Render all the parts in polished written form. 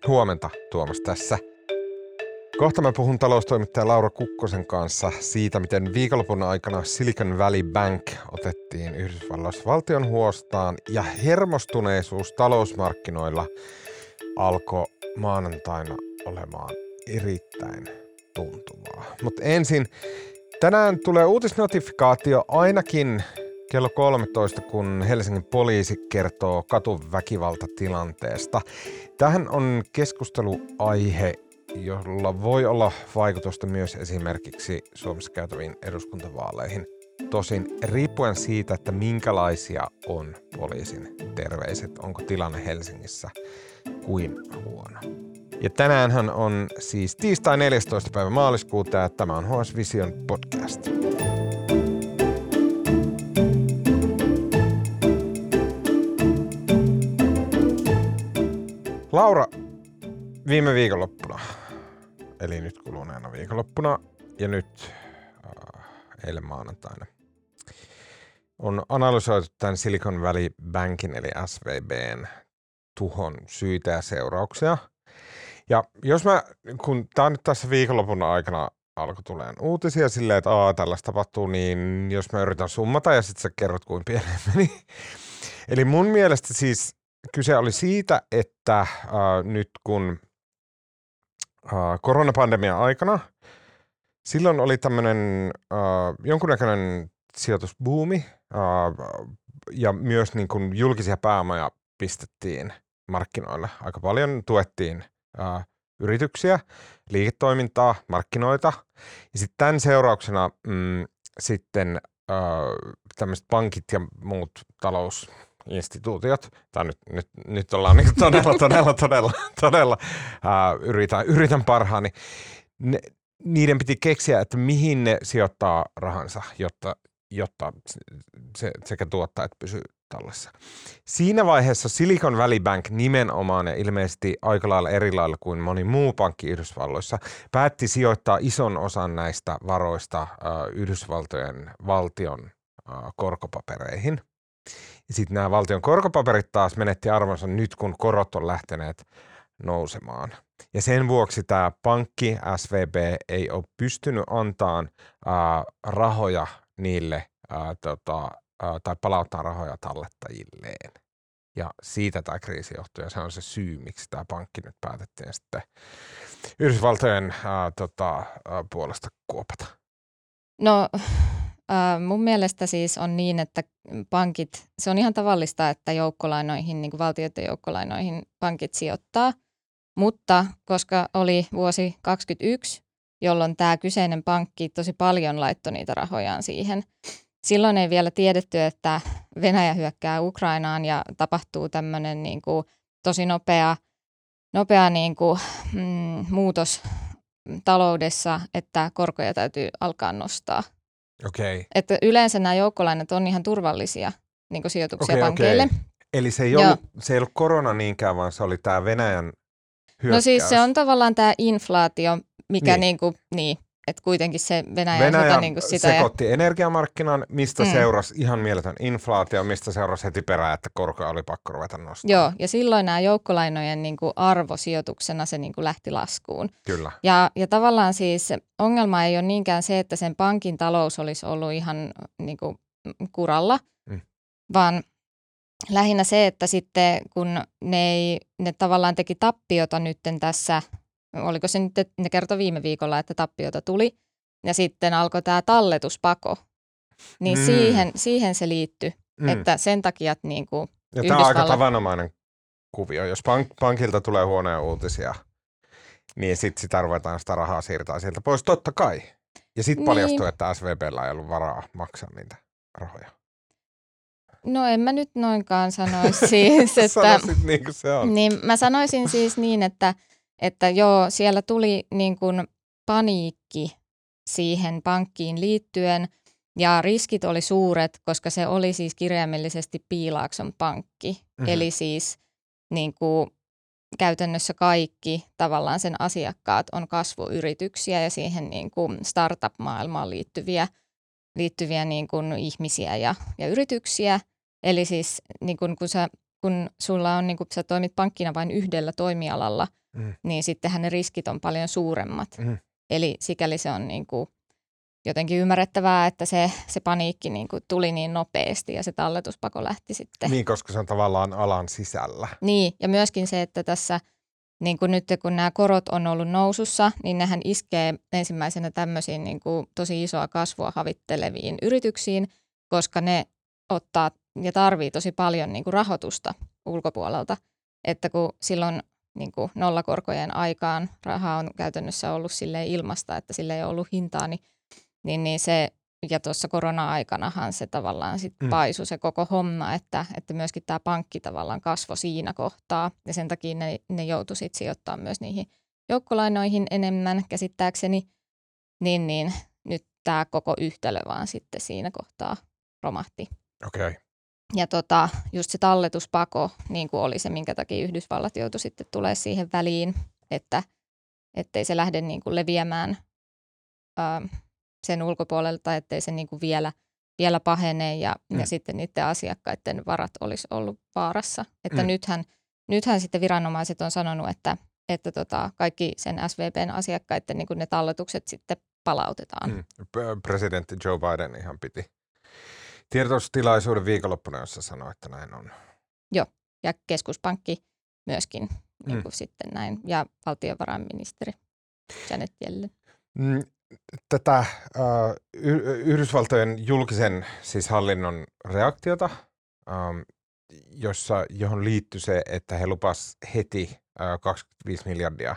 Huomenta, Tuomas tässä. Kohta mä puhun taloustoimittaja Laura Kukkosen kanssa siitä, miten viikonlopun aikana Silicon Valley Bank otettiin Yhdysvalloissa valtion huostaan ja hermostuneisuus talousmarkkinoilla alkoi maanantaina olemaan erittäin tuntuvaa. Mutta ensin, tänään tulee uutisnotifikaatio ainakin kello 13, kun Helsingin poliisi kertoo katuväkivaltatilanteesta. Tähän on keskusteluaihe, jolla voi olla vaikutusta myös esimerkiksi Suomessa käytäviin eduskuntavaaleihin. Tosin riippuen siitä, että minkälaisia on poliisin terveiset, onko tilanne Helsingissä kuin huono. Ja tänäänhän on siis tiistai 14. päivä maaliskuuta ja tämä on HS Vision podcast. Laura, viime viikonloppuna, eli nyt kuluneena viikonloppuna ja nyt eilen maanantaina, on analysoitu tämän Silicon Valley Bankin eli SVBn tuhon syitä ja seurauksia. Ja jos kun tää on nyt tässä viikonlopun aikana alkoi tulemaan uutisia silleen, että tällaista tapahtuu, niin jos mä yritän summata ja sitten sä kerrot kuin pieleen meni. Eli mun mielestä siis kyse oli siitä, että nyt kun koronapandemian aikana, silloin oli tämmöinen jonkunnäköinen sijoitusbuumi ja myös niin kuin julkisia pääomaja pistettiin markkinoille. Aika paljon tuettiin yrityksiä, liiketoimintaa, markkinoita ja sitten tämän seurauksena sitten tämmöiset pankit ja muut talousinstituutiot, tai nyt ollaan niin todella yritän parhaani, niiden piti keksiä, että mihin ne sijoittaa rahansa, jotta se sekä tuottaa että pysyy tallessa. Siinä vaiheessa Silicon Valley Bank nimenomaan ja ilmeisesti aika lailla eri lailla kuin moni muu pankki Yhdysvalloissa päätti sijoittaa ison osan näistä varoista Yhdysvaltojen valtion korkopapereihin. Ja sitten nämä valtion korkopaperit taas menetti arvonsa nyt, kun korot on lähteneet nousemaan. Ja sen vuoksi tämä pankki SVB ei ole pystynyt antamaan rahoja niille tai palauttaa rahoja tallettajilleen. Ja siitä tämä kriisi johtuu ja se on se syy, miksi tämä pankki nyt päätettiin sitten Yhdysvaltojen puolesta kuopata. No mun mielestä siis on niin, että pankit, se on ihan tavallista, että joukkolainoihin, niin kuin valtioiden joukkolainoihin pankit sijoittaa, mutta koska oli vuosi 2021, jolloin tämä kyseinen pankki tosi paljon laittoi niitä rahojaan siihen, silloin ei vielä tiedetty, että Venäjä hyökkää Ukrainaan ja tapahtuu tämmöinen niin kuin tosi nopea niin kuin, muutos taloudessa, että korkoja täytyy alkaa nostaa. Okay. Että yleensä nämä joukkolainat on ihan turvallisia niin kuin sijoituksia pankeille. Okay. Eli se ei ollut korona niinkään, vaan se oli tämä Venäjän hyökkäys. No siis se on tavallaan tämä inflaatio, mikä että kuitenkin se Venäjä niin kuin sitä sekoitti energiamarkkinan, mistä seurasi ihan mieletön inflaatio, mistä seurasi heti perään, että korkoja oli pakko ruveta nostamaan. Joo, ja silloin nämä joukkolainojen niin kuin arvosijoituksena se niin kuin lähti laskuun. Kyllä. Ja tavallaan siis ongelma ei ole niinkään se, että sen pankin talous olisi ollut ihan niin kuin kuralla, vaan lähinnä se, että sitten kun ne tavallaan teki tappiota nytten tässä, oliko se nyt, ne kertoi viime viikolla, että tappiota tuli, ja sitten alkoi tämä talletuspako, niin siihen se liittyi, että sen takia niin kuin ja tämä on aika tavanomainen kuvio. Jos pankilta tulee huonoja uutisia, niin sitten sitä ruvetaan sitä rahaa siirtää sieltä pois, totta kai. Ja sitten paljastuu, että SVB:llä ei ollut varaa maksaa niitä rahoja. No en mä nyt noinkaan sanoisi siis, että sanoisit niin kuin se on. Niin mä sanoisin siis niin, että joo, siellä tuli niin kuin paniikki siihen pankkiin liittyen ja riskit oli suuret, koska se oli siis kirjaimellisesti Piilaakson pankki. Eli siis niin kuin käytännössä kaikki tavallaan sen asiakkaat on kasvuyrityksiä ja siihen niin kuin startup-maailmaan liittyviä niin kuin ihmisiä ja yrityksiä. Eli siis niin kuin kun sulla on, niin kuin sä toimit pankkina vain yhdellä toimialalla, niin sittenhän ne riskit on paljon suuremmat. Eli sikäli se on niin kuin jotenkin ymmärrettävää, että se paniikki niin kuin tuli niin nopeasti ja se talletuspako lähti sitten. Niin, koska se on tavallaan alan sisällä. Niin, ja myöskin se, että tässä niin kuin nyt kun nämä korot on ollut nousussa, niin nehän iskee ensimmäisenä tämmöisiin niin kuin tosi isoa kasvua havitteleviin yrityksiin, koska ne ottaa ja tarvii tosi paljon niin kuin rahoitusta ulkopuolelta. Että kun silloin niin kuin nollakorkojen aikaan raha on käytännössä ollut silleen ilmasta, että sille ei ole ollut hintaa, niin se, ja tuossa korona-aikanahan se tavallaan sitten paisui se koko homma, että myöskin tämä pankki tavallaan kasvoi siinä kohtaa, ja sen takia ne joutui sitten sijoittamaan myös niihin joukkolainoihin enemmän käsittääkseni, niin nyt tämä koko yhtälö vaan sitten siinä kohtaa romahti. Okei. Ja just se talletuspako niin kuin oli se, minkä takia Yhdysvallat joutui sitten tulemaan siihen väliin, että ettei se lähde niin kuin leviämään sen ulkopuolelta, ettei se niin kuin vielä pahene ja sitten niiden asiakkaiden varat olisi ollut vaarassa. Että nythän sitten viranomaiset on sanonut, että kaikki sen SVPn asiakkaiden niin kuin ne talletukset sitten palautetaan. Presidentti Joe Biden ihan piti tiedotustilaisuuden viikonloppuna, jossa sanoi, että näin on. Joo, ja keskuspankki myöskin niin kuin sitten näin, ja valtiovarainministeri Janet Yellen. Tätä Yhdysvaltojen julkisen siis hallinnon reaktiota, johon liittyi se, että he lupasivat heti 25 miljardia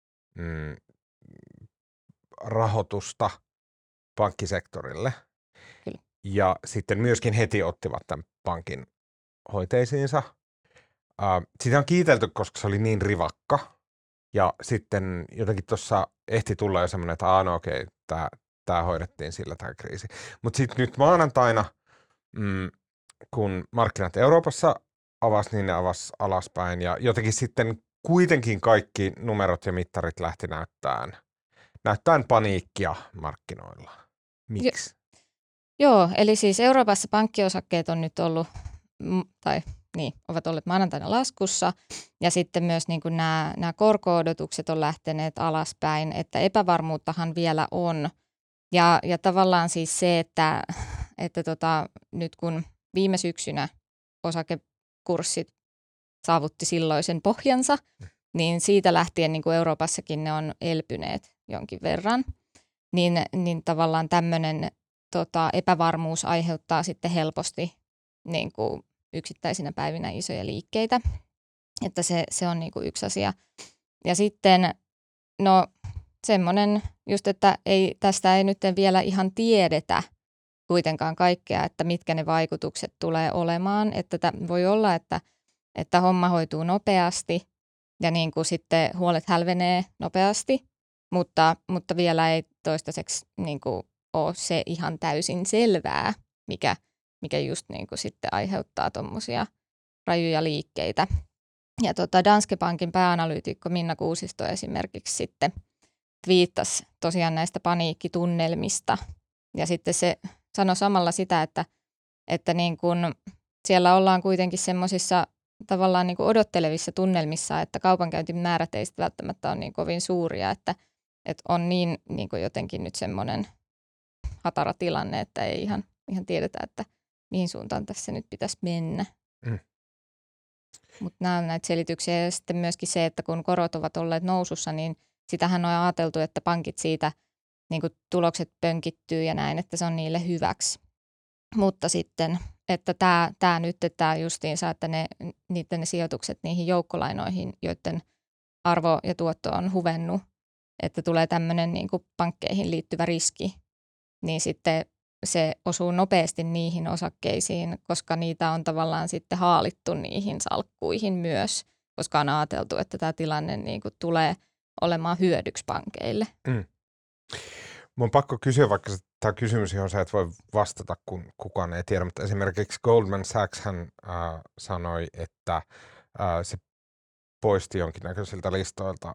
rahoitusta pankkisektorille. Kyllä. Ja sitten myöskin heti ottivat tämän pankin hoiteisiinsa. Sitä on kiitelty, koska se oli niin rivakka. Ja sitten jotenkin tuossa ehti tulla jo semmoinen, että okei, tämä hoidettiin sillä tämä kriisi. Mutta sitten nyt maanantaina, kun markkinat Euroopassa avasi, niin ne avasi alaspäin. Ja jotenkin sitten kuitenkin kaikki numerot ja mittarit lähti näyttämään paniikkia markkinoilla. Miksi? Joo, eli siis Euroopassa pankkiosakkeet on nyt ollut, ovat olleet maanantaina laskussa, ja sitten myös niin kuin nämä korko-odotukset on lähteneet alaspäin, että epävarmuuttahan vielä on. Ja tavallaan siis se, että nyt kun viime syksynä osakekurssit saavutti silloisen pohjansa, niin siitä lähtien niin kuin Euroopassakin ne on elpyneet jonkin verran, niin tavallaan tämmöinen epävarmuus aiheuttaa sitten helposti niin kuin yksittäisinä päivinä isoja liikkeitä, että se on niin kuin yksi asia. Ja sitten semmoinen just, että tästä ei nyt vielä ihan tiedetä kuitenkaan kaikkea, että mitkä ne vaikutukset tulee olemaan, että voi olla, että homma hoituu nopeasti ja niin kuin sitten huolet hälvenee nopeasti, mutta vielä ei toistaiseksi niin kuin ole se ihan täysin selvää, mikä just niin kuin sitten aiheuttaa tuommoisia rajuja liikkeitä. Ja Danske Bankin pääanalyytikko Minna Kuusisto esimerkiksi sitten twiittasi tosiaan näistä paniikkitunnelmista. Ja sitten se sanoi samalla sitä, että niin kun siellä ollaan kuitenkin semmoisissa tavallaan niin kuin odottelevissa tunnelmissa, että kaupankäyntimäärät ei välttämättä ole niin kovin suuria, että on niin kuin jotenkin nyt semmoinen hatara tilanne, että ei ihan tiedetä, että mihin suuntaan tässä nyt pitäisi mennä. Mutta nämä on näitä selityksiä ja sitten myöskin se, että kun korot ovat olleet nousussa, niin sitähän on ajateltu, että pankit siitä niin kuin tulokset pönkittyy ja näin, että se on niille hyväksi. Mutta sitten, että tämä justiinsa, että niiden sijoitukset niihin joukkolainoihin, joiden arvo ja tuotto on huvennut, että tulee tämmöinen niin kuin pankkeihin liittyvä riski, niin sitten se osuu nopeasti niihin osakkeisiin, koska niitä on tavallaan sitten haalittu niihin salkkuihin myös, koska on ajateltu, että tämä tilanne niin kuin tulee olemaan hyödyksi pankeille. Mun on pakko kysyä, vaikka tämä kysymys, johon sä et voi vastata, kun kukaan ei tiedä, mutta esimerkiksi Goldman Sachs hän sanoi, että se poisti jonkinnäköisiltä listoilta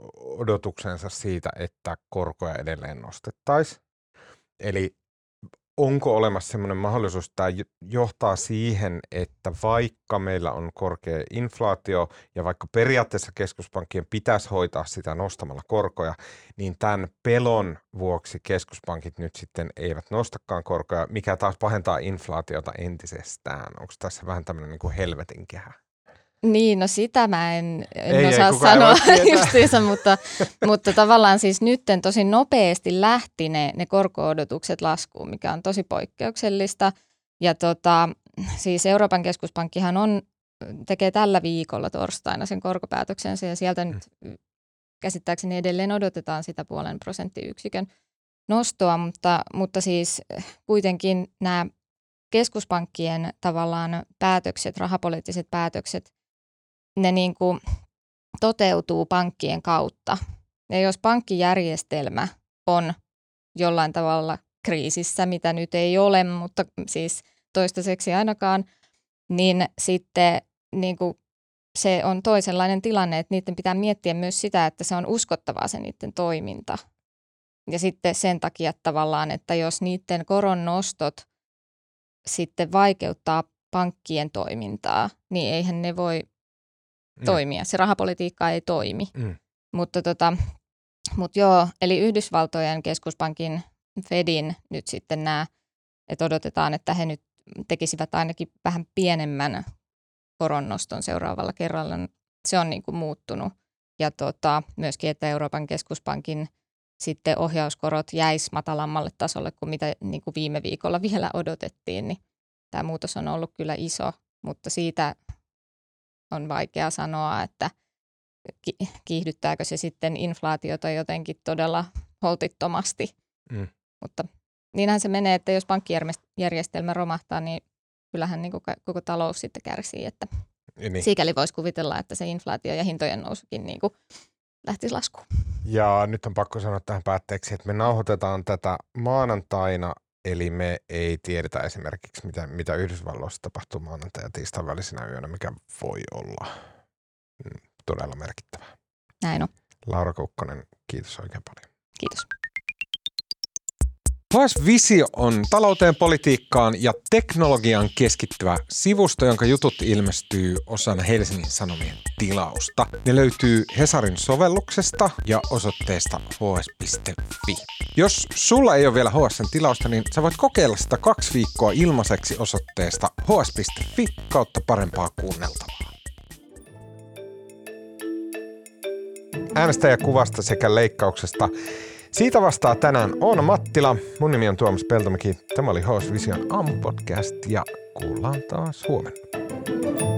odotuksensa siitä, että korkoja edelleen nostettaisiin. Eli onko olemassa sellainen mahdollisuus, että tämä johtaa siihen, että vaikka meillä on korkea inflaatio ja vaikka periaatteessa keskuspankkien pitäisi hoitaa sitä nostamalla korkoja, niin tämän pelon vuoksi keskuspankit nyt sitten eivät nostakaan korkoja, mikä taas pahentaa inflaatiota entisestään. Onko tässä vähän tämmöinen niin kuin helvetin kehä? Niin, no sitä mä en osaa sanoa justiinsa, mutta tavallaan siis nytten tosi nopeasti lähti ne korko-odotukset laskuun, mikä on tosi poikkeuksellista. Ja siis Euroopan keskuspankkihan tekee tällä viikolla torstaina sen korkopäätöksensä ja sieltä nyt käsittääkseni edelleen odotetaan sitä 0,5% nostoa, mutta siis kuitenkin nämä keskuspankkien tavallaan päätökset, rahapoliittiset päätökset, ne niin kuin toteutuu pankkien kautta. Ja jos pankkijärjestelmä on jollain tavalla kriisissä, mitä nyt ei ole, mutta siis toistaiseksi ainakaan, niin sitten niin kuin se on toisenlainen tilanne, että niiden pitää miettiä myös sitä, että se on uskottavaa se niiden toiminta. Ja sitten sen takia tavallaan, että jos niiden koronnostot sitten vaikeuttaa pankkien toimintaa, niin eihän ne voi toimia. Se rahapolitiikka ei toimi. Mutta joo, eli Yhdysvaltojen keskuspankin Fedin nyt sitten että odotetaan, että he nyt tekisivät ainakin vähän pienemmän koronnoston seuraavalla kerralla. Se on niin kuin muuttunut. Ja myöskin, että Euroopan keskuspankin sitten ohjauskorot jäisi matalammalle tasolle kuin mitä niin kuin viime viikolla vielä odotettiin, niin tämä muutos on ollut kyllä iso, mutta siitä on vaikea sanoa, että kiihdyttääkö se sitten inflaatiota jotenkin todella holtittomasti. Mutta niinhän se menee, että jos pankkijärjestelmä romahtaa, niin kyllähän niin kuin koko talous sitten kärsii, että niin. Sikäli voisi kuvitella, että se inflaatio ja hintojen nousukin niin kuin lähtisi laskuun. Ja nyt on pakko sanoa tähän päätteeksi, että me nauhoitetaan tätä maanantaina, eli me ei tiedetä esimerkiksi, mitä Yhdysvalloissa tapahtuu maanantai- ja tiistain välisenä yönä, mikä voi olla todella merkittävää. Näin on. Laura Kukkonen, kiitos oikein paljon. Kiitos. HS Visio on talouteen, politiikkaan ja teknologiaan keskittyvä sivusto, jonka jutut ilmestyy osana Helsingin Sanomien tilausta. Ne löytyy Hesarin sovelluksesta ja osoitteesta hs.fi. Jos sulla ei ole vielä HS:n tilausta, niin sä voit kokeilla sitä 2 viikkoa ilmaiseksi osoitteesta hs.fi/parempaa kuunneltavaa. Äänestäjäkuvasta sekä leikkauksesta. Siitä vastaa tänään Oona Mattila. Mun nimi on Tuomas Peltomäki. Tämä oli HS Vision aamupodcast ja kuullaan taas huomenna.